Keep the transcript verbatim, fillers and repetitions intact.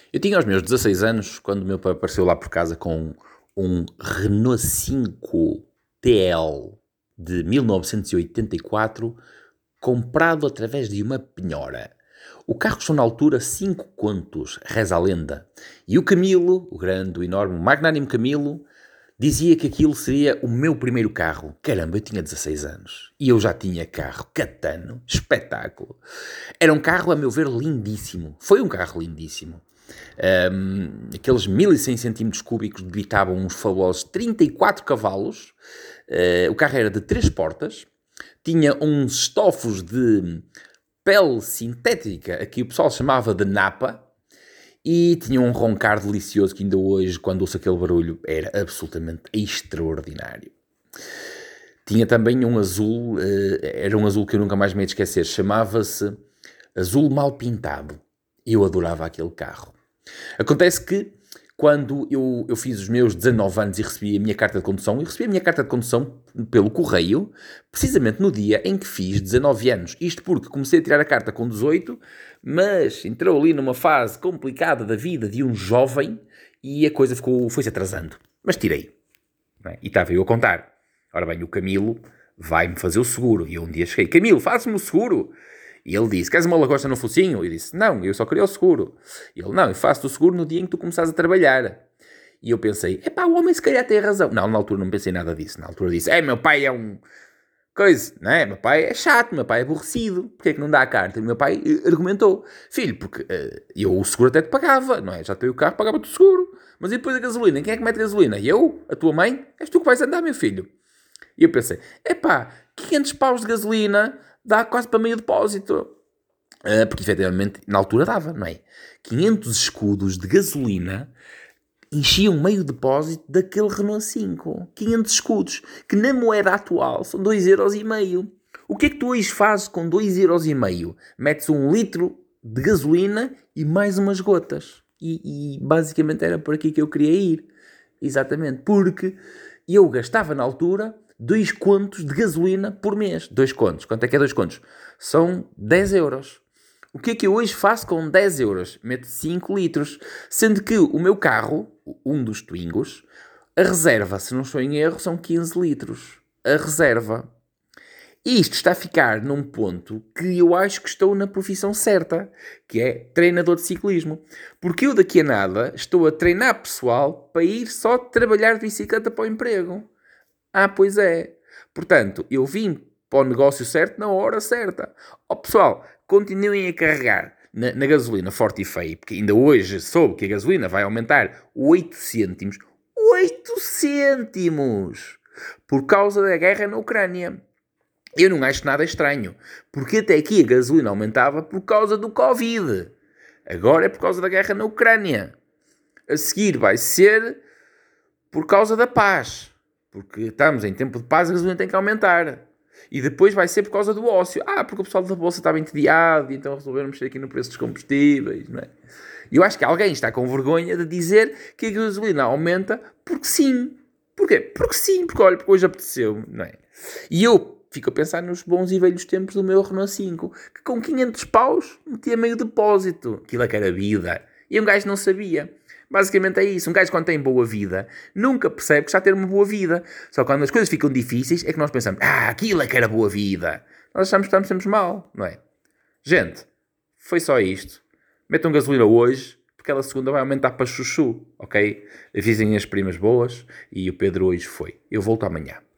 Eu tinha os meus dezasseis anos quando o meu pai apareceu lá por casa com um Renault cinco T L de mil novecentos e oitenta e quatro comprado através de uma penhora. O carro custou na altura cinco contos, reza a lenda. E o Camilo, o grande, o enorme, o magnânimo Camilo, dizia que aquilo seria o meu primeiro carro. Caramba, eu tinha dezasseis anos. E eu já tinha carro. Catano. Espetáculo. Era um carro, a meu ver, lindíssimo. Foi um carro lindíssimo. Um, aqueles mil e cem centímetros cúbicos debitavam uns fabulosos trinta e quatro cavalos. Uh, o carro era de três portas. Tinha uns estofos de pele sintética, a que o pessoal chamava de napa. E tinha um roncar delicioso que ainda hoje, quando ouço aquele barulho, era absolutamente extraordinário. Tinha também um azul, uh, era um azul que eu nunca mais me ia esquecer, chamava-se azul mal pintado. Eu adorava aquele carro. Acontece que, quando eu, eu fiz os meus dezanove anos e recebi a minha carta de condução, eu recebi a minha carta de condução pelo correio, precisamente no dia em que fiz dezanove anos. Isto porque comecei a tirar a carta com dezoito, mas entrou ali numa fase complicada da vida de um jovem e a coisa ficou, foi-se atrasando. Mas tirei. Não é? E estava eu a contar. Ora bem, o Camilo vai-me fazer o seguro. E eu um dia cheguei, Camilo, faz-me o seguro. E ele disse, queres uma lagosta no focinho? Eu disse, não, eu só queria o seguro. E ele, não, eu faço-te o seguro no dia em que tu começares a trabalhar. E eu pensei, epá, o homem se calhar tem razão. Não, na altura não pensei nada disso. Na altura disse, é, meu pai é um... coisa, não é? Meu pai é chato, meu pai é aborrecido. Porquê é que não dá a carta? E o meu pai argumentou, filho, porque uh, eu o seguro até te pagava, não é? Já tenho o carro, pagava-te o seguro. Mas e depois a gasolina? Quem é que mete gasolina? Eu? A tua mãe? És tu que vais andar, meu filho. E eu pensei, epá, quinhentos paus de gasolina dá quase para meio depósito. Uh, porque efetivamente na altura dava, não é? quinhentos escudos de gasolina enchiam meio depósito daquele Renault cinco. quinhentos escudos, que na moeda atual são dois euros e meio. O que é que tu hoje fazes com dois euros e meio? Metes um litro de gasolina e mais umas gotas. E, e basicamente era por aqui que eu queria ir. Exatamente. Porque eu gastava na altura dois contos de gasolina por mês. Dois contos. Quanto é que é dois contos? São dez euros. O que é que eu hoje faço com dez euros? Meto cinco litros. Sendo que o meu carro, um dos Twingos, a reserva, se não estou em erro, são quinze litros. A reserva. Isto está a ficar num ponto que eu acho que estou na profissão certa, que é treinador de ciclismo. Porque eu daqui a nada estou a treinar pessoal para ir só trabalhar de bicicleta para o emprego. Ah, pois é. Portanto, eu vim para o negócio certo na hora certa. Ó pessoal, continuem a carregar na, na gasolina forte e feio, porque ainda hoje soube que a gasolina vai aumentar oito cêntimos. oito cêntimos! Por causa da guerra na Ucrânia. Eu não acho nada estranho, porque até aqui a gasolina aumentava por causa do Covid. Agora é por causa da guerra na Ucrânia. A seguir vai ser por causa da paz. Porque estamos em tempo de paz, a gasolina tem que aumentar. E depois vai ser por causa do ócio. Ah, porque o pessoal da bolsa estava entediado e então resolveram mexer aqui no preço dos combustíveis, não é? E eu acho que alguém está com vergonha de dizer que a gasolina aumenta porque sim. Porquê? Porque sim, porque olha, porque hoje apeteceu, não é? E eu fico a pensar nos bons e velhos tempos do meu Renault cinco, que com quinhentos paus metia meio depósito. Aquilo é que era vida. E um gajo não sabia. Basicamente é isso. Um gajo quando tem boa vida nunca percebe que está a ter uma boa vida. Só quando as coisas ficam difíceis é que nós pensamos, ah, aquilo é que era boa vida. Nós achamos que estamos sempre mal, não é? Gente, foi só isto. Metam gasolina hoje, porque ela segunda vai aumentar para chuchu, ok? Avisem as primas boas e o Pedro hoje foi. Eu volto amanhã.